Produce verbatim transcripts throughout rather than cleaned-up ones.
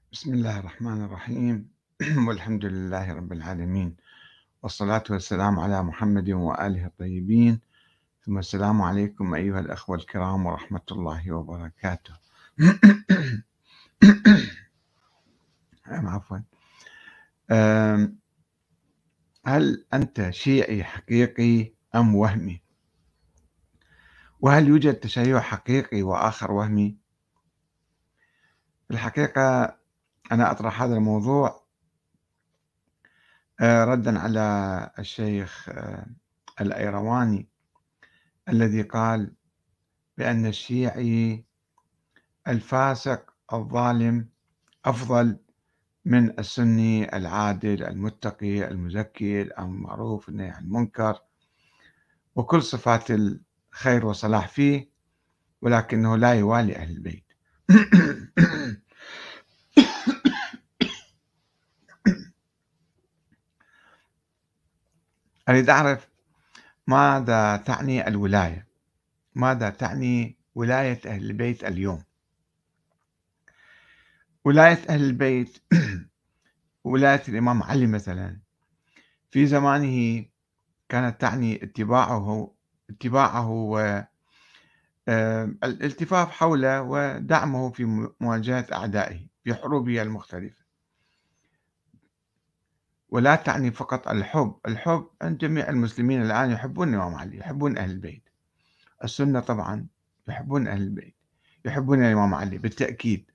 بسم الله الرحمن الرحيم والحمد لله رب العالمين والصلاة والسلام على محمد وآله الطيبين ثم السلام عليكم أيها الأخوة الكرام ورحمة الله وبركاته. عفوا. أم، هل أنت شيعي حقيقي أم وهمي؟ وهل يوجد تشيع حقيقي وآخر وهمي؟ في الحقيقة أنا أطرح هذا الموضوع أه، ردا على الشيخ أه، الأيرواني الذي قال بأن الشيعي الفاسق الظالم أفضل من السني العادل المتقي المزكي الأمر بالمعروف والنهي عن المنكر وكل صفات الخير والصلاح فيه، ولكنه لا يوالي أهل البيت. أريد أعرف ماذا تعني الولاية؟ ماذا تعني ولاية أهل البيت اليوم؟ ولاية أهل البيت ولاية الإمام علي مثلا في زمانه كانت تعني اتباعه اتباعه و آه، الالتفاف حوله ودعمه في مواجهة أعدائه في حروبه المختلفة، ولا تعني فقط الحب. الحب عند جميع المسلمين الآن يحبون الإمام علي، يحبون أهل البيت. السنة طبعا يحبون أهل البيت، يحبون الإمام علي بالتأكيد.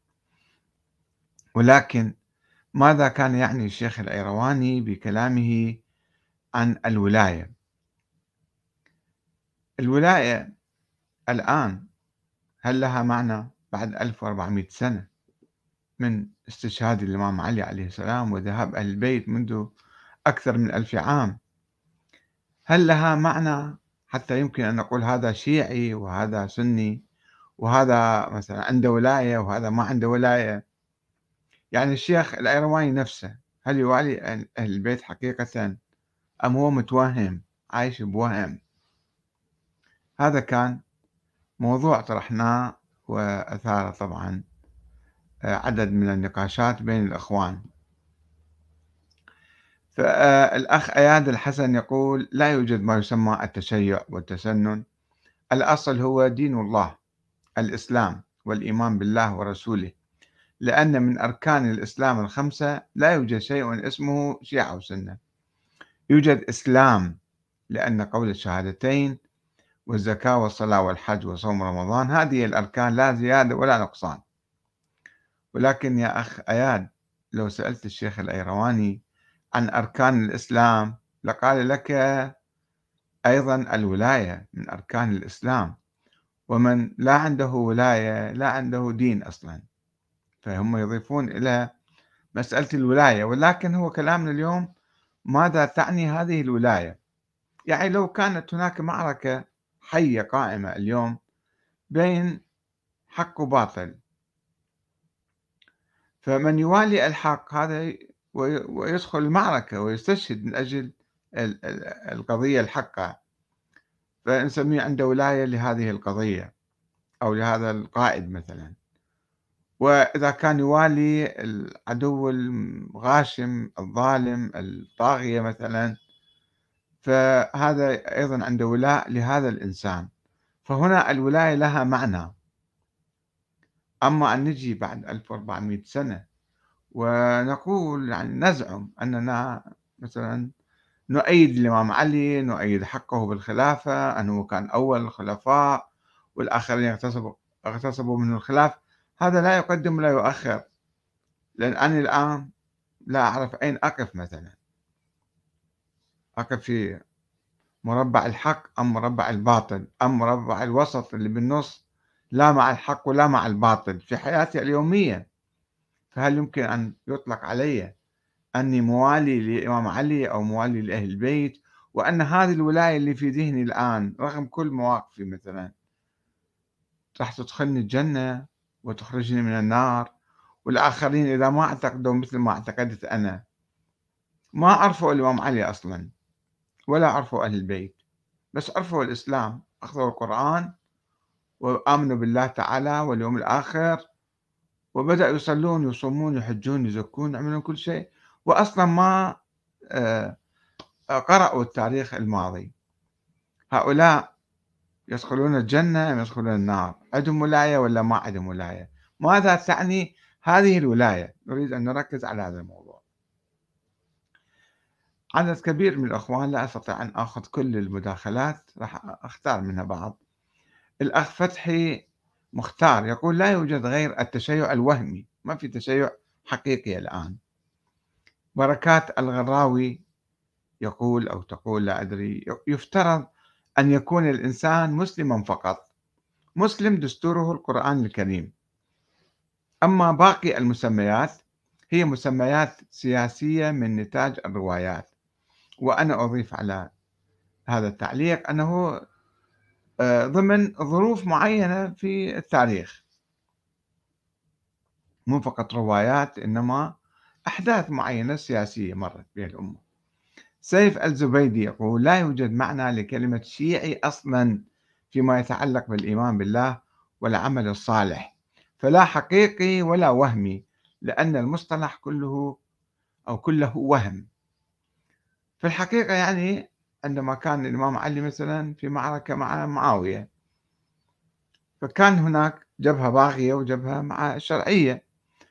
ولكن ماذا كان يعني الشيخ الأيرواني بكلامه عن الولاية؟ الولاية الآن هل لها معنى بعد ألف وأربعمئة سنة من استشهاد الإمام علي عليه السلام وذهاب أهل البيت منذ أكثر من ألف عام؟ هل لها معنى حتى يمكن أن نقول هذا شيعي وهذا سني وهذا مثلا عنده ولاية وهذا ما عنده ولاية؟ يعني الشيخ الأيرواني نفسه هل يوالي أهل أهل البيت حقيقة أم هو متوهم عايش بوهم؟ هذا كان موضوع طرحناه وأثار طبعا عدد من النقاشات بين الإخوان. فالأخ أياد الحسن يقول لا يوجد ما يسمى التشيع والتسنن، الأصل هو دين الله الإسلام والإيمان بالله ورسوله، لأن من أركان الإسلام الخمسة لا يوجد شيء اسمه شيعة وسنة. يوجد إسلام لأن قول الشهادتين والزكاة والصلاة والحج وصوم رمضان هذه الأركان لا زيادة ولا نقصان. ولكن يا أخ أياد لو سألت الشيخ الأيرواني عن أركان الإسلام لقال لك أيضا الولاية من أركان الإسلام، ومن لا عنده ولاية لا عنده دين أصلا. فهم يضيفون إلى مسألة الولاية، ولكن هو كلامنا اليوم ماذا تعني هذه الولاية؟ يعني لو كانت هناك معركة حية قائمة اليوم بين حق وباطل، فمن يوالي الحق هذا ويدخل المعركة ويستشهد من أجل القضية الحقة، فنسميه عنده ولاية لهذه القضية أو لهذا القائد مثلا. وإذا كان يوالي العدو الغاشم الظالم الطاغية مثلا، فهذا أيضا عنده ولاء لهذا الإنسان. فهنا الولاية لها معنى. أما أن نجي بعد ألف وأربعمئة سنة ونقول يعني نزعم أننا مثلا نؤيد الإمام علي، نؤيد حقه بالخلافة، أنه كان أول الخلفاء والآخرين اغتصبوا اغتصبوا منه الخلافة، هذا لا يقدم ولا يؤخر. لأن أنا الآن لا أعرف أين أقف مثلا، أقف في مربع الحق أم مربع الباطل أم مربع الوسط اللي بالنص، لا مع الحق ولا مع الباطل في حياتي اليومية. فهل يمكن أن يطلق علي أني موالي لإمام علي أو موالي لأهل البيت، وأن هذه الولاية اللي في ذهني الآن رغم كل مواقفي مثلا راح تدخلني الجنة وتخرجني من النار، والآخرين إذا ما اعتقدوا مثل ما اعتقدت أنا ما عرفوا الإمام علي أصلا ولا عرفوا أهل البيت، بس عرفوا الإسلام، أخذوا القرآن وآمنوا بالله تعالى واليوم الآخر وبدأوا يصلون ويصومون ويحجون ويزكون يعملون كل شيء، وأصلا ما آه، قرأوا التاريخ الماضي. هؤلاء يدخلون الجنة أم يدخلون النار؟ عندهم ولاية ولا ما عندهم ولاية؟ ماذا تعني هذه الولاية؟ نريد أن نركز على هذا الموضوع. عدد كبير من الأخوان، لا أستطيع أن آخذ كل المداخلات، راح أختار منها بعض. الأخ فتحي مختار يقول لا يوجد غير التشيع الوهمي، ما في تشيع حقيقي الآن. بركات الغراوي يقول أو تقول لا أدري، يفترض أن يكون الإنسان مسلما فقط، مسلم دستوره القرآن الكريم، أما باقي المسميات هي مسميات سياسية من نتاج الروايات. وأنا أضيف على هذا التعليق أنه آه، ضمن ظروف معينة في التاريخ، مو فقط روايات إنما أحداث معينة سياسية مرت بها الأمة. سيف الزبيدي يقول لا يوجد معنى لكلمة شيعي أصلا فيما يتعلق بالإيمان بالله والعمل الصالح، فلا حقيقي ولا وهمي، لأن المصطلح كله أو كله وهم. في الحقيقة يعني عندما كان الإمام علي مثلا في معركة مع معاوية، فكان هناك جبهة باغية وجبهة مع الشرعية،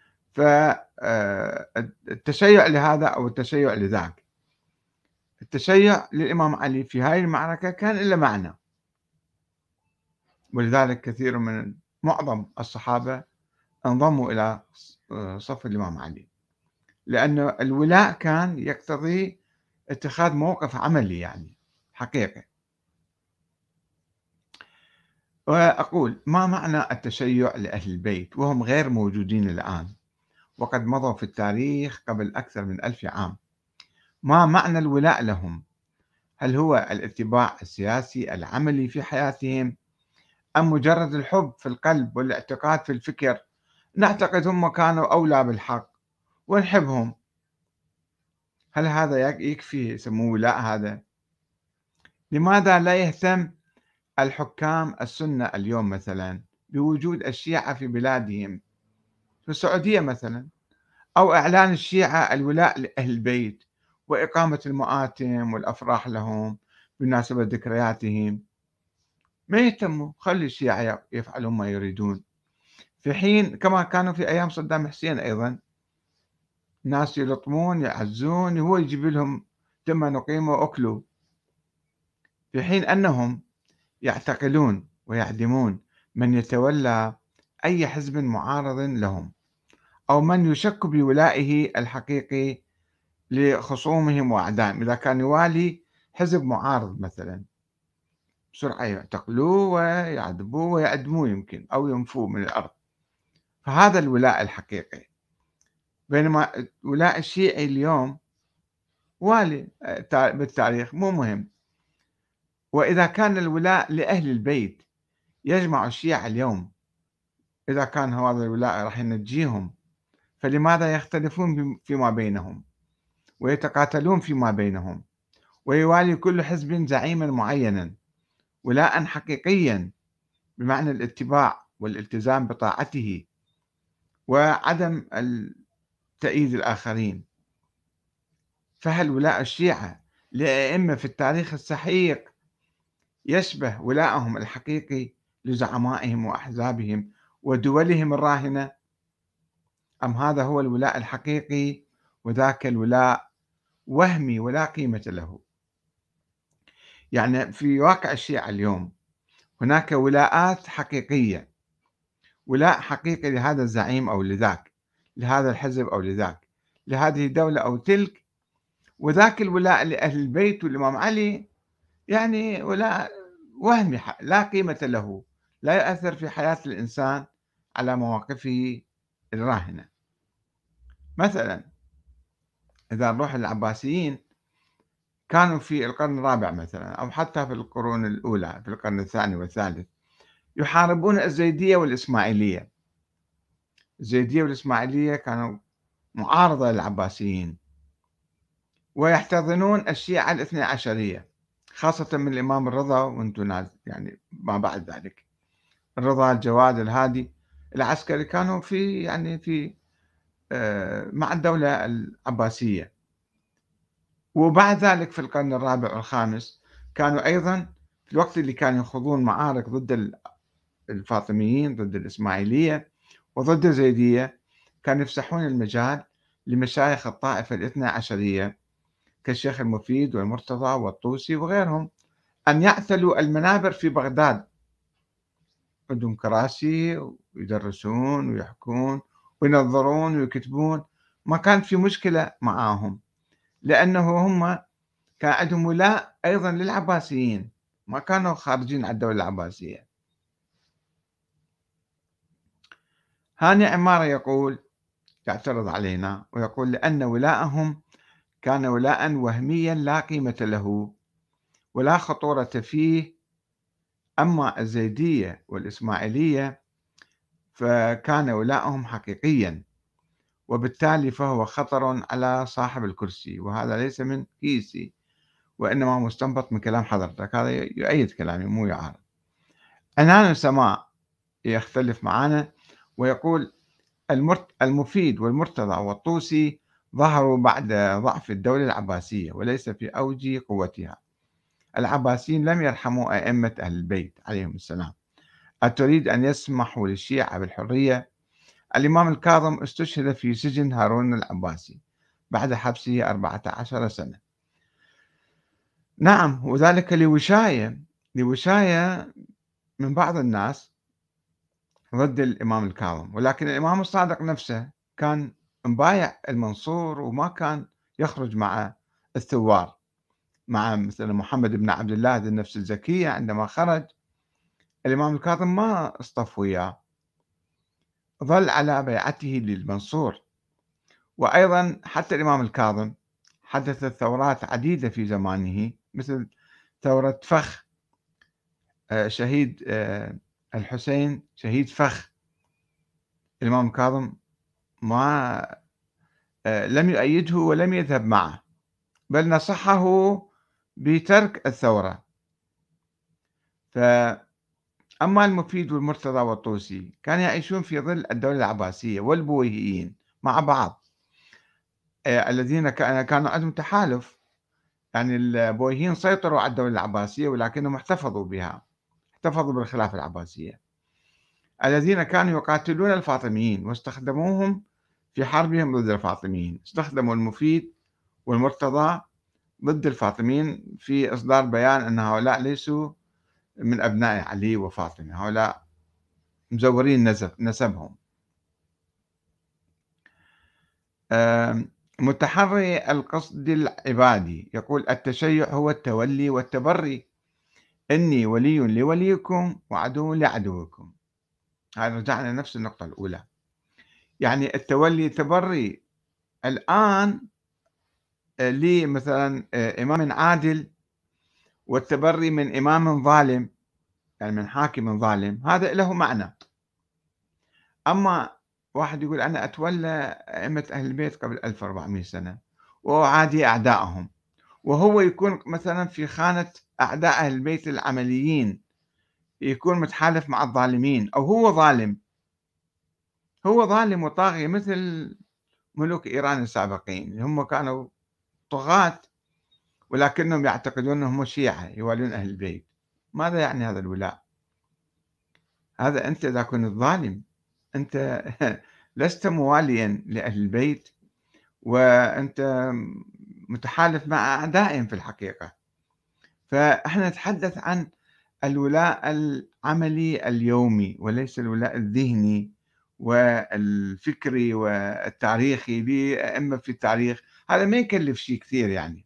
فالتشيع لهذا أو التشيع لذاك. التشيع للإمام علي في هذه المعركة كان له معنى، ولذلك كثير من معظم الصحابة انضموا إلى صف الإمام علي، لأن الولاء كان يقتضي اتخاذ موقف عملي يعني حقيقي. وأقول ما معنى التشيع لأهل البيت وهم غير موجودين الآن وقد مضوا في التاريخ قبل أكثر من ألف عام؟ ما معنى الولاء لهم؟ هل هو الاتباع السياسي العملي في حياتهم، أم مجرد الحب في القلب والاعتقاد في الفكر؟ نعتقد هم كانوا أولى بالحق ونحبهم، هل هذا يكفي يسموه ولاء هذا؟ لماذا لا يهتم الحكام السنة اليوم مثلا بوجود الشيعة في بلادهم، في السعودية مثلا، أو إعلان الشيعة الولاء لأهل البيت وإقامة المآتم والأفراح لهم بمناسبة ذكرياتهم؟ ما يهتموا، خلي الشيعة يفعلون ما يريدون، في حين كما كانوا في أيام صدام حسين أيضا ناس يلطمون يعزون، هو يجيب لهم تم نقيمة وأكلوا، في حين أنهم يعتقلون ويعدمون من يتولى أي حزب معارض لهم أو من يشك بولائه الحقيقي لخصومهم وأعدائهم. إذا كان يوالي حزب معارض مثلا بسرعة يعتقلوه ويعذبوه ويعدموه يمكن أو ينفوه من الأرض، فهذا الولاء الحقيقي. بينما الولاء الشيعي اليوم والي بالتاريخ مو مهم. وإذا كان الولاء لأهل البيت يجمع الشيعة اليوم، إذا كان هذا الولاء راح ينجيهم، فلماذا يختلفون فيما بينهم ويتقاتلون فيما بينهم ويوالي كل حزب زعيما معينا ولاء حقيقيا بمعنى الاتباع والالتزام بطاعته وعدم تأييد الآخرين؟ فهل ولاء الشيعة لأئمة في التاريخ السحيق يشبه ولاءهم الحقيقي لزعمائهم وأحزابهم ودولهم الراهنة، أم هذا هو الولاء الحقيقي وذاك الولاء وهمي ولا قيمة له؟ يعني في واقع الشيعة اليوم هناك ولاءات حقيقية، ولاء حقيقي لهذا الزعيم أو لذاك، لهذا الحزب أو لذاك، لهذه الدولة أو تلك، وذاك الولاء لأهل البيت والإمام علي يعني ولاء وهمي لا قيمة له، لا يؤثر في حياة الإنسان على مواقفه الراهنة. مثلا إذا نروح للعباسيين كانوا في القرن الرابع مثلا أو حتى في القرون الأولى في القرن الثاني والثالث يحاربون الزيدية والإسماعيلية. الزيدية والإسماعيلية كانوا معارضة للعباسيين ويحتضنون الشيعة الاثنى عشرية، خاصة من الإمام الرضا وانتو ناس يعني ما بعد ذلك، الرضا الجواد الهادي، العسكري كانوا في يعني في آآ مع الدولة العباسية. وبعد ذلك في القرن الرابع والخامس كانوا أيضًا في الوقت اللي كانوا يخوضون معارك ضد ال الفاطميين، ضد الإسماعيلية وضد الزيدية، كانوا يفسحون المجال لمشايخ الطائفة الاثنى عشرية كالشيخ المفيد والمرتضى والطوسي وغيرهم أن يعتلوا المنابر في بغداد، عندهم كراسي ويدرسون ويحكون وينظرون ويكتبون، ما كان في مشكلة معاهم، لأنه هم كان عندهم ولاء أيضًا للعباسيين، ما كانوا خارجين عن الدولة العباسية. هاني عمارة يقول يعترض علينا ويقول: "لأن ولاءهم كان ولاء وهميا لا قيمة له ولا خطورة فيه، أما الزيدية والإسماعيلية فكان ولاءهم حقيقيا، وبالتالي فهو خطر على صاحب الكرسي، وهذا ليس من كيسي وإنما مستنبط من كلام حضرتك." هذا يؤيد كلامي مو يعارض. عنان سماء يختلف معنا ويقول: المرت المفيد والمرتضى والطوسي ظهروا بعد ضعف الدولة العباسية وليس في أوج قوتها. العباسيين لم يرحموا أئمة أهل البيت عليهم السلام. أتريد أن يسمحوا للشيعة بالحرية؟ الإمام الكاظم استشهد في سجن هارون العباسي بعد حبسه أربعة عشر سنة. نعم، وذلك لوشاية لوشاية من بعض الناس ضد الإمام الكاظم، ولكن الإمام الصادق نفسه كان مبايع المنصور وما كان يخرج مع الثوار، مع مثل محمد بن عبد الله ذي النفس الزكية عندما خرج الإمام الكاظم ما اصطف وياه، ظل على بيعته للمنصور. وأيضا حتى الإمام الكاظم حدثت ثورات عديدة في زمانه مثل ثورة فخ، آه، شهيد آه، الحسين شهيد فخ، الإمام الكاظم ما آه، لم يؤيده ولم يذهب معه، بل نصحه بترك الثورة. فأما المفيد والمرتضى والطوسي كانوا يعيشون في ظل الدولة العباسية والبويهيين مع بعض، آه، الذين كان- كانوا عندهم تحالف، يعني البويهيين سيطروا على الدولة العباسية ولكنهم احتفظوا بها، احتفظوا بالخلافة العباسية، الذين كانوا يقاتلون الفاطميين واستخدموهم في حربهم ضد الفاطميين. استخدموا المفيد والمرتضى ضد الفاطميين في إصدار بيان أن هؤلاء ليسوا من أبناء علي وفاطمة، هؤلاء مزورين نسب نسبهم. آم، متحري القصد العبادي يقول: التشيع هو التولي والتبري، إني ولي لوليكم وعدو لعدوكم. هذا رجعنا لنفس النقطة الأولى، يعني التولي التبري الآن آه، لي مثلا آه، إمام عادل، والتبري من إمام ظالم، يعني من حاكم ظالم، هذا له معنى. أما واحد يقول أنا أتولى أئمة أهل البيت قبل ألف وأربعمئة سنة وأعادي أعدائهم، وهو يكون مثلا في خانة أعداء أهل البيت العمليين، يكون متحالف مع الظالمين، أو هو ظالم، هو ظالم وطاغية مثل ملوك إيران السابقين، هم كانوا طغاة ولكنهم يعتقدون أنهم شيعة يوالون أهل البيت. ماذا يعني هذا الولاء؟ هذا أنت إذا كنت ظالم أنت لست مواليا لأهل البيت، وأنت متحالف مع أعدائهم في الحقيقة. فإحنا نتحدث عن الولاء العملي اليومي وليس الولاء الذهني والفكري والتاريخي لأئمة في التاريخ، هذا ما يكلف شيء كثير يعني.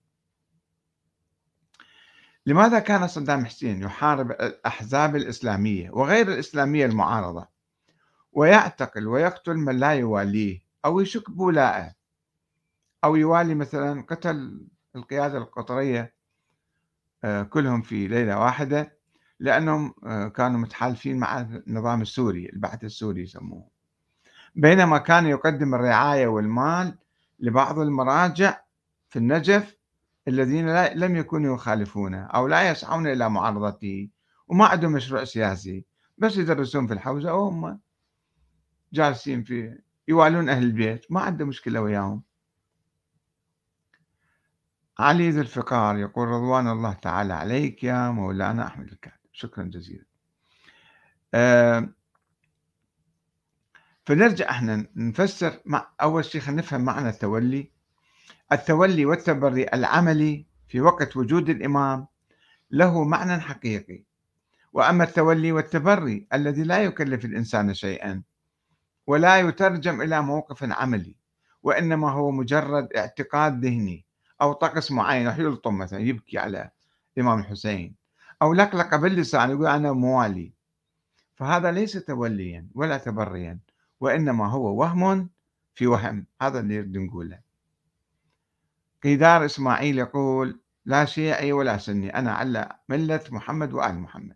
لماذا كان صدام حسين يحارب الأحزاب الإسلامية وغير الإسلامية المعارضة ويعتقل ويقتل من لا يواليه أو يشك بولائه، أو يوالي مثلا قتل القيادة القطرية آه، كلهم في ليلة واحدة، لأنهم آه، كانوا متحالفين مع النظام السوري، البعث السوري يسموه، بينما كان يقدم الرعاية والمال لبعض المراجع في النجف الذين لا لم يكونوا يخالفونه أو لا يسعون إلى معارضته وما عندهم مشروع سياسي، بس يدرسون في الحوزة وهم جالسين في يوالون أهل البيت، ما عنده مشكلة وياهم. علي ذو الفقار يقول: رضوان الله تعالى عليك يا مولانا أحمد الكاتب. شكرا جزيلا. آه فنرجع احنا نفسر. مع أول شيء خلينا نفهم معنى التولي. التولي والتبري العملي في وقت وجود الإمام له معنى حقيقي، وأما التولي والتبري الذي لا يكلف الإنسان شيئا ولا يترجم إلى موقف عملي، وإنما هو مجرد اعتقاد ذهني أو طقس معين، راح يلطم مثلا يبكي على الإمام الحسين، أو لقلقة باللسان يقول أنا موالي، فهذا ليس توليا ولا تبريا، وإنما هو وهم في وهم. هذا اللي نريد نقوله. قيدار إسماعيل يقول: لا شيعي ولا سني، أنا على ملة محمد وآل محمد.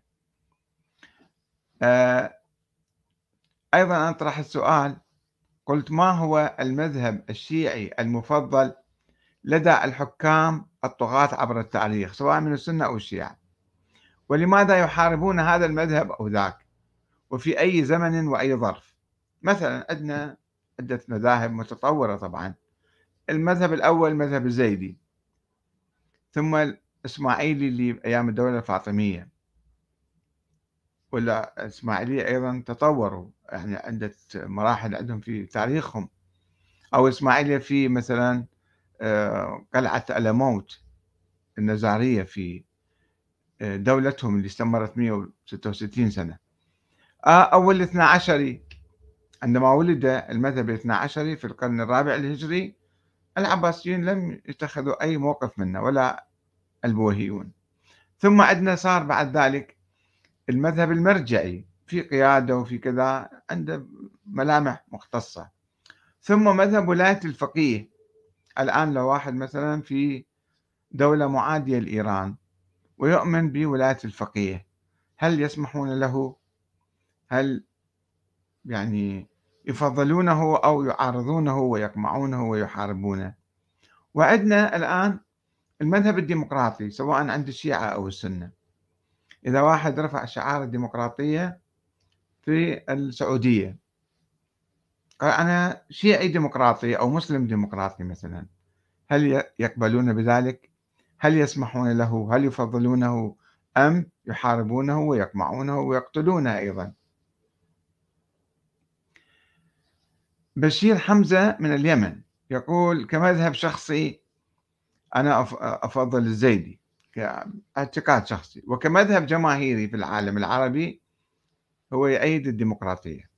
آه أيضا أطرح السؤال، قلت: ما هو المذهب الشيعي المفضل لدى الحكام الطغاة عبر التاريخ سواء من السنة أو الشيعة؟ ولماذا يحاربون هذا المذهب أو ذاك؟ وفي أي زمن وأي ظرف؟ مثلا عندنا عدة مذاهب متطورة طبعا. المذهب الأول مذهب الزيدي، ثم الإسماعيلي اللي أيام الدولة الفاطمية، ولا الإسماعيلية أيضا تطوروا، يعني عدة مراحل عندهم في تاريخهم. أو الإسماعيلية في مثلا آه، قلعة ألموت النزارية في آه، دولتهم اللي استمرت مئة وستة وستين سنة. آه، أو الاثنى عشري عندما ولد المذهب الاثنى عشري في القرن الرابع الهجري، العباسيين لم يتخذوا أي موقف منه ولا البويهيون. ثم عندنا صار بعد ذلك المذهب المرجعي في قيادة وفي كذا، عنده ملامح مختصة. ثم مذهب ولاية الفقيه. الآن لو واحد مثلا في دولة معادية لإيران ويؤمن بولاية الفقيه، هل يسمحون له؟ هل يعني يفضلونه أو يعارضونه ويقمعونه ويحاربونه؟ وعندنا الآن المذهب الديمقراطي سواء عند الشيعة أو السنة. إذا واحد رفع شعار الديمقراطية في السعودية، قال أنا شيعي ديمقراطي أو مسلم ديمقراطي مثلا، هل يقبلون بذلك؟ هل يسمحون له؟ هل يفضلونه أم يحاربونه ويقمعونه ويقتلونه أيضا؟ بشير حمزة من اليمن يقول: كمذهب شخصي أنا أفضل الزيدي كاعتقاد شخصي، وكمذهب جماهيري في العالم العربي هو يؤيد الديمقراطية.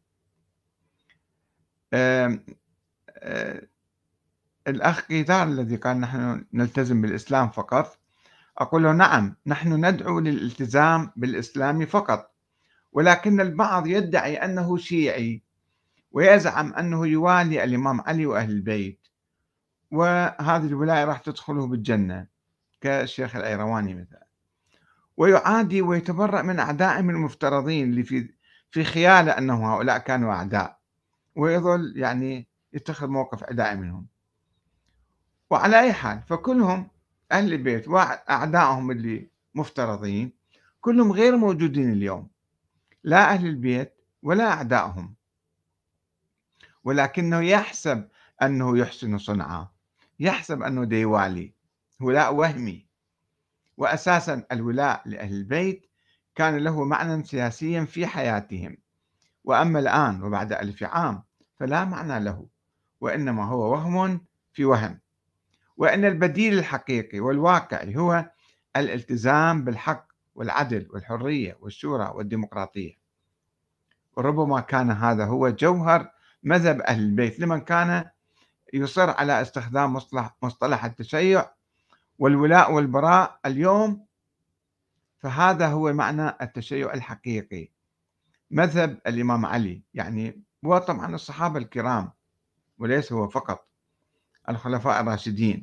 أم أه الأخ قيثار الذي قال نحن نلتزم بالإسلام فقط، أقول له: نعم، نحن ندعو للالتزام بالإسلام فقط، ولكن البعض يدعي أنه شيعي ويزعم أنه يوالي الإمام علي وأهل البيت، وهذه الولاية راح تدخله بالجنة كالشيخ الأيرواني مثلا، ويعادي ويتبرأ من أعدائهم المفترضين اللي في في خياله أنه هؤلاء كانوا أعداء، ويظل يعني يتخذ موقف عدائي منهم. وعلى أي حال فكلهم أهل البيت وأعدائهم اللي مفترضين كلهم غير موجودين اليوم، لا أهل البيت ولا أعدائهم، ولكنه يحسب أنه يحسن صنعا، يحسب أنه ديوالي، ولاء وهمي. وأساسا الولاء لأهل البيت كان له معنى سياسيا في حياتهم، وأما الآن وبعد ألف عام فلا معنى له، وإنما هو وهم في وهم. وأن البديل الحقيقي والواقعي هو الالتزام بالحق والعدل والحرية والشورى والديمقراطية. وربما كان هذا هو جوهر مذهب أهل البيت لمن كان يصر على استخدام مصطلح, مصطلح التشيع والولاء والبراء اليوم، فهذا هو معنى التشيع الحقيقي، مذهب الإمام علي، يعني هو طبعا الصحابة الكرام وليس هو فقط الخلفاء الراشدين.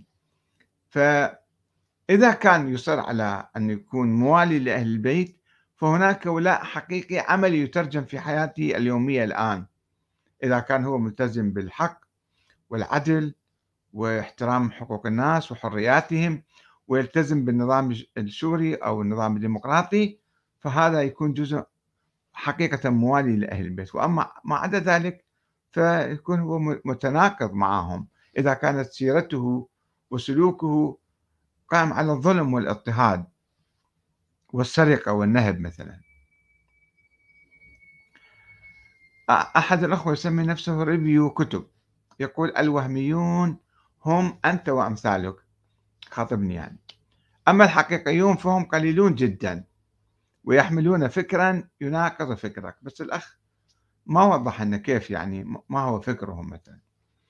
فإذا كان يصر على أن يكون موالي لأهل البيت، فهناك ولاء حقيقي عملي يترجم في حياته اليومية الآن، إذا كان هو ملتزم بالحق والعدل واحترام حقوق الناس وحرياتهم ويلتزم بالنظام السوري أو النظام الديمقراطي، فهذا يكون جزء حقيقة موالي لأهل البيت. وأما ما عدا ذلك فيكون هو م متناقض معهم إذا كانت سيرته وسلوكه قائم على الظلم والاضطهاد والسرقة والنهب مثلًا. أ أحد الأخوة يسمي نفسه review كتب، يقول: "الوهميون هم أنت وأمثالك." خاطبني يعني. "أما الحقيقيون فهم قليلون جدًا ويحملون فكرًا يناقض فكرك." بس الأخ ما وضح لنا كيف يعني م ما هو فكرهم مثلًا.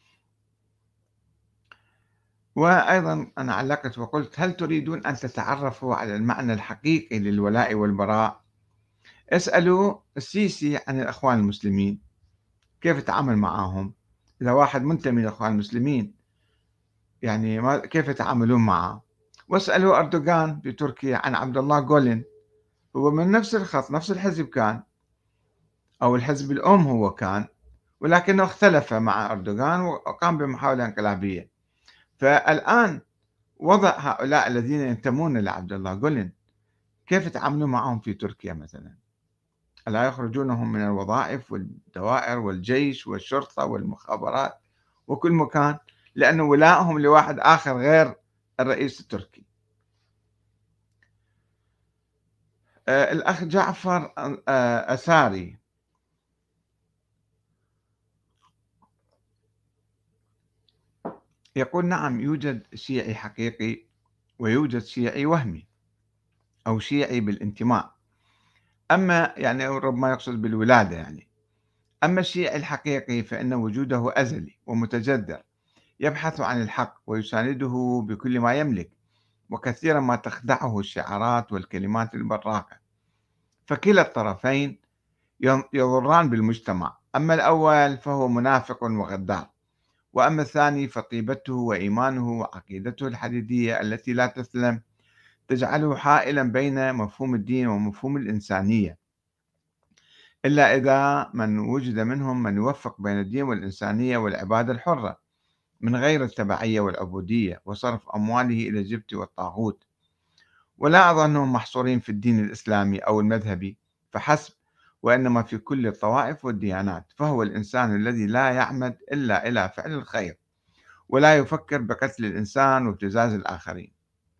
وأيضًا أنا علّقت وقُلت: "هل تريدون أن تتعرفوا على المعنى الحقيقي للولاء والبراء؟ اسألوا السيسي عن الإخوان المسلمين، كيف تعامل معاهم؟ إذا واحد منتمي للإخوان المسلمين يعني ما كيف يتعاملون معه؟ واسألوا أردوغان في تركيا عن عبد الله جولين، هو من نفس الخط، نفس الحزب كان، أو الحزب الأم هو كان، ولكنه اختلف مع أردوغان وقام بمحاولة انقلابية. فالآن وضع هؤلاء الذين ينتمون لعبد الله جولين كيف يتعاملون معهم في تركيا مثلًا؟ ألا يخرجونهم من الوظائف والدوائر والجيش والشرطة والمخابرات وكل مكان، لأن ولائهم لواحد آخر غير الرئيس التركي. آآ الأخ جعفر أ آآ أساري يقول: "نعم، يوجد شيعي حقيقي ويوجد شيعي وهمي أو شيعي بالانتماء، أما يعني ربما يقصد بالولادة يعني، أما الشيعي الحقيقي فإن وجوده أزلي ومتجذر، يبحث عن الحق ويسانده بكل ما يملك، وكثيرا ما تخدعه الشعارات والكلمات البراقة، فكلا الطرفين ين يضران بالمجتمع، أما الأول فهو منافق وغدار، وأما الثاني فطيبته وإيمانه وعقيدته الحديدية التي لا تسلم تجعله حائلا بين مفهوم الدين ومفهوم الإنسانية، إلا إذا من وجد منهم من يوفق بين الدين والإنسانية والعبادة الحرة من غير التبعية والعبودية وصرف أمواله إلى الجبت والطاغوت. ولا أظنهم محصورين في الدين الإسلامي أو المذهبي فحسب، وإنما في كل الطوائف والديانات، فهو الإنسان الذي لا يعمد إلا إلى فعل الخير ولا يفكر بقتل الإنسان وابتزاز الآخرين."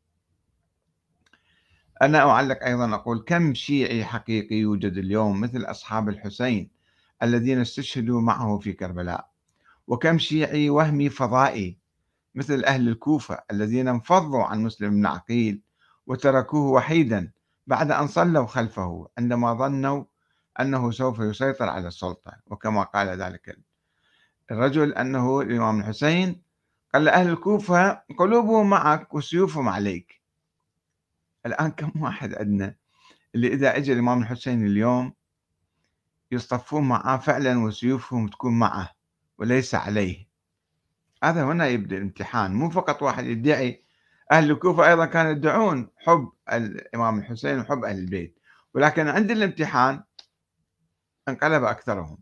أنا أعلق أيضا أقول: كم شيعي حقيقي يوجد اليوم مثل أصحاب الحسين الذين استشهدوا معه في كربلاء، وكم شيعي وهمي فضائي مثل أهل الكوفة الذين انفضوا عن مسلم بن عقيل وتركوه وحيدا بعد أن صلوا خلفه عندما ظنوا أنه سوف يسيطر على السلطة، وكما قال ذلك الرجل أنه الإمام الحسين قال لأهل الكوفة: قلوبهم معك وسيوفهم عليك. الآن كم واحد عندنا اللي إذا أجى الإمام الحسين اليوم يصطفون معاه فعلا وسيوفهم تكون معه وليس عليه؟ هذا هنا يبدأ الامتحان، مو فقط واحد يدعي. أهل الكوفة أيضا كانوا يدعون حب الإمام الحسين وحب أهل البيت، ولكن عند الامتحان انقلب أكثرهم.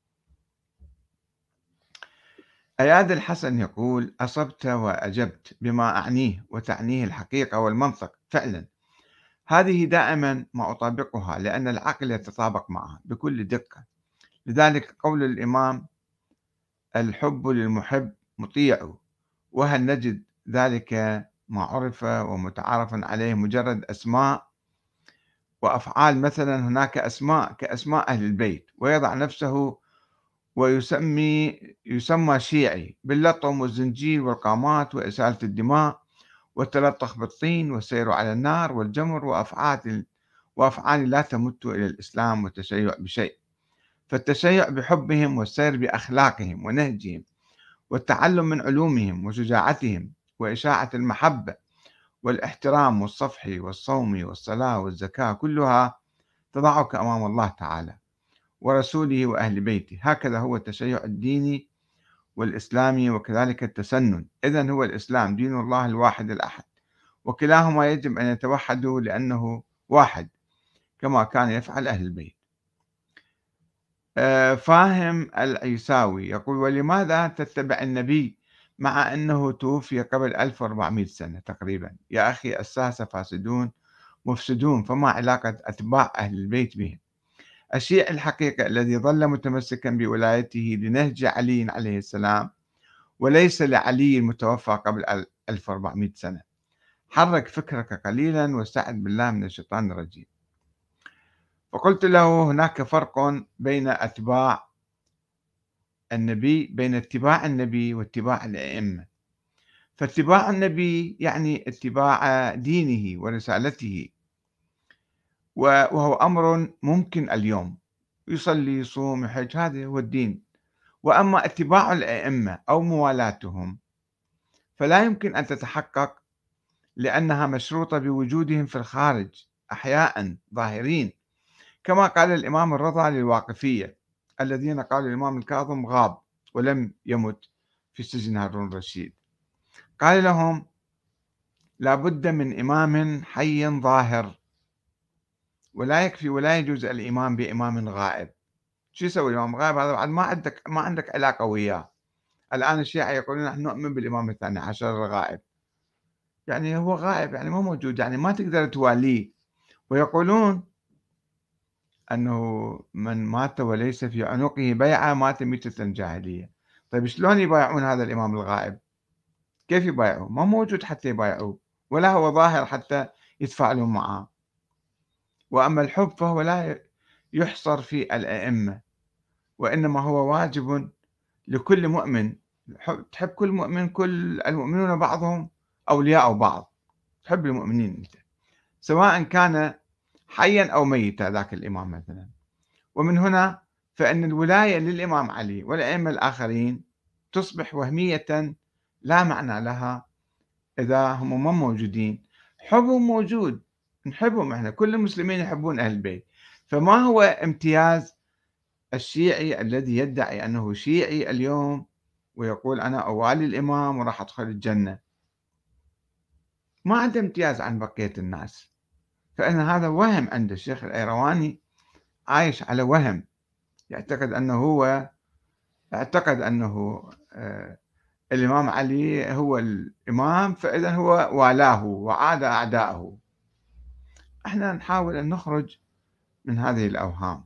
أياد الحسن يقول: "أصبت وأجبت بما أعنيه وتعنيه الحقيقة والمنطق فعلا، هذه دائما ما أطابقها لأن العقل يتطابق معها بكل دقة، لذلك قول الإمام: الحب للمحب مطيع، وهل نجد ذلك ما عرف ومتعارف عليه مجرد أسماء وأفعال، مثلا هناك أسماء كأسماء أهل البيت ويضع نفسه ويسمي يسمى شيعي باللطم والزنجير والقامات وإسالة الدماء والتلطخ بالطين والسير على النار والجمر وأفعال وأفعال لا تمت إلى الإسلام والتشيع بشيء، فالتشيع بحبهم والسير بأخلاقهم ونهجهم والتعلم من علومهم وشجاعتهم وإشاعة المحبة والاحترام والصفح والصوم والصلاة والزكاة كلها تضعك أمام الله تعالى ورسوله وأهل بيته، هكذا هو التشيع الديني والإسلامي وكذلك التسنن. إذن هو الإسلام دين الله الواحد الأحد، وكلاهما يجب أن يتوحدوا لأنه واحد كما كان يفعل أهل البيت." آه، فاهم العيساوي يقول: "ولماذا تتبع النبي مع أنه توفي قبل ألف وأربعمئة سنة تقريبا؟ يا أخي الساسة فاسدون مفسدون، فما علاقة أتباع أهل البيت بهم؟ الشيعي الحقيقي الذي ظل متمسكا بولايته لنهج علي عليه السلام وليس لعلي المتوفى قبل ألف وأربعمئة سنة. حرك فكرك قليلا واستعذ بالله من الشيطان الرجيم. فقلت له هناك فرق بين أتباع النبي بين اتباع النبي واتباع الأئمة. فاتباع النبي يعني اتباع دينه ورسالته، وهو أمر ممكن اليوم، يصلي يصوم يحج، هذا هو الدين. وأما اتباع الأئمة أو موالاتهم فلا يمكن أن تتحقق، لأنها مشروطة بوجودهم في الخارج أحياء ظاهرين، كما قال الإمام الرضا للواقفية الذين قالوا الإمام الكاظم غاب ولم يمت في سجن هارون الرشيد. قال لهم لا بد من إمام حي ظاهر، ولا يكفي ولا يجوز الإمام بإمام غائب. شو يسوي الإمام غائب؟ هذا بعد ما عندك ما عندك علاقة وياه. الآن الشيعة يقولون نحن نؤمن بالإمام الثاني عشر الغائب، يعني هو غائب، يعني مو موجود، يعني ما تقدر تواليه. ويقولون أنه من مات وليس في عنقه بيعة مات ميتة جاهلية. طيب شلون يبايعون هذا الإمام الغائب؟ كيف يبايعوه؟ ما موجود حتى يبايعوه، ولا هو ظاهر حتى يتفاعلون معه. وأما الحب فهو لا يحصر في الأئمة، وإنما هو واجب لكل مؤمن. تحب كل مؤمن، كل المؤمنون بعضهم أولياء بعض، تحب المؤمنين أنت سواء كان حيا أو ميتا ذاك الإمام مثلا. ومن هنا فإن الولاية للإمام علي والأئمة الآخرين تصبح وهمية لا معنى لها إذا هم ما موجودين. حبهم موجود، نحبهم احنا، كل المسلمين يحبون أهل البيت. فما هو امتياز الشيعي الذي يدعي أنه شيعي اليوم ويقول أنا أوالي الإمام وراح أدخل الجنة؟ ما عنده امتياز عن بقية الناس. فإن هذا وهم عند الشيخ الأيرواني، عايش على وهم، يعتقد أنه هو اعتقد أنه آه الإمام علي هو الإمام، فإذا هو والاه وعاد أعداءه. احنا نحاول أن نخرج من هذه الأوهام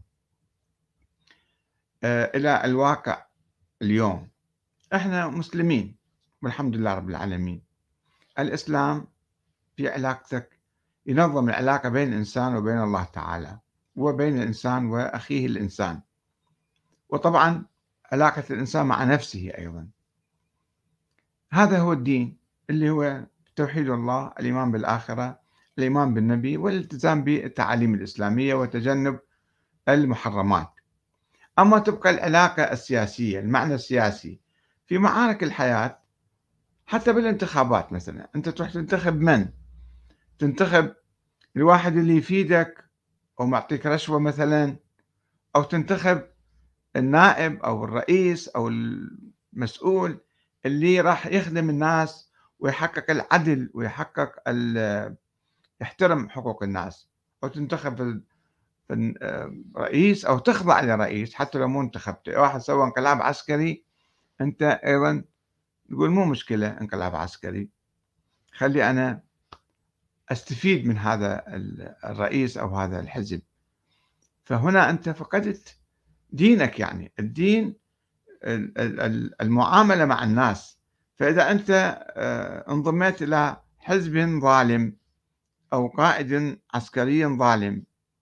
آه إلى الواقع اليوم. احنا مسلمين والحمد لله رب العالمين. الإسلام في علاقتك ينظم العلاقة بين الإنسان وبين الله تعالى، وبين الإنسان وأخيه الإنسان، وطبعا علاقة الإنسان مع نفسه أيضا. هذا هو الدين اللي هو توحيد الله، الإيمان بالآخرة، الإيمان بالنبي، والالتزام بالتعاليم الإسلامية وتجنب المحرمات. أما تبقى العلاقة السياسية، المعنى السياسي في معارك الحياة، حتى بالانتخابات مثلا أنت تروح تنتخب من؟ تنتخب الواحد اللي يفيدك أو معطيك رشوة مثلا، أو تنتخب النائب أو الرئيس أو المسؤول اللي راح يخدم الناس ويحقق العدل ويحقق يحترم حقوق الناس. أو تنتخب رئيس أو تخضع لرئيس حتى لو مو انتخبته. واحد سوى انقلاب عسكري، أنت أيضا تقول مو مشكلة انقلاب عسكري، خلي أنا أستفيد من هذا الرئيس أو هذا الحزب. فهنا أنت فقدت دينك، يعني الدين المعاملة مع الناس. فإذا أنت انضميت إلى حزب ظالم أو قائد عسكري ظالم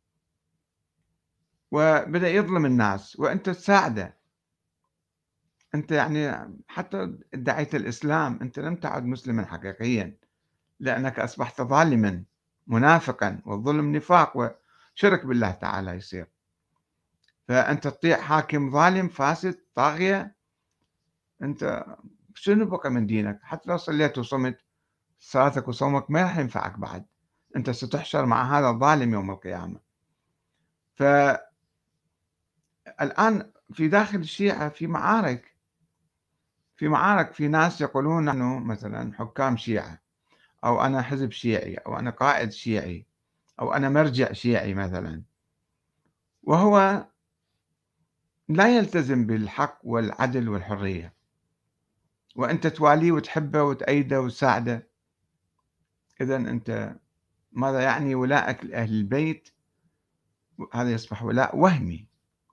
وبدأ يظلم الناس وأنت تساعده، أنت يعني حتى ادعيت الإسلام، أنت لم تعد مسلما حقيقيا، لأنك أصبحت ظالما منافقا، والظلم نفاق وشرك بالله تعالى يصير. فأنت تطيع حاكم ظالم فاسد طاغية، أنت شنو بقى من دينك؟ حتى لو صليت وصمت، صلاتك وصومك ما راح ينفعك بعد، أنت ستحشر مع هذا الظالم يوم القيامة. فالآن في داخل الشيعة في معارك في معارك في ناس يقولون أنه مثلا حكام شيعة، أو أنا حزب شيعي، أو أنا قائد شيعي، أو أنا مرجع شيعي مثلا، وهو لا يلتزم بالحق والعدل والحرية، وأنت تواليه وتحبه وتأيده وتساعده. إذن أنت ماذا يعني ولائك لأهل البيت هذا يصبح ولاء وهمي.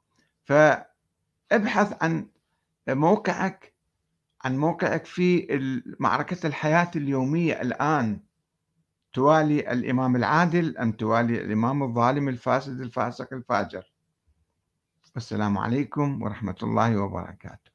فابحث عن موقعك عن موقعك في ال معركة الحياة اليومية الآن، توالي الإمام العادل أم توالي الإمام الظالم الفاسد الفاسق الفاجر؟ والسلام عليكم ورحمة الله وبركاته.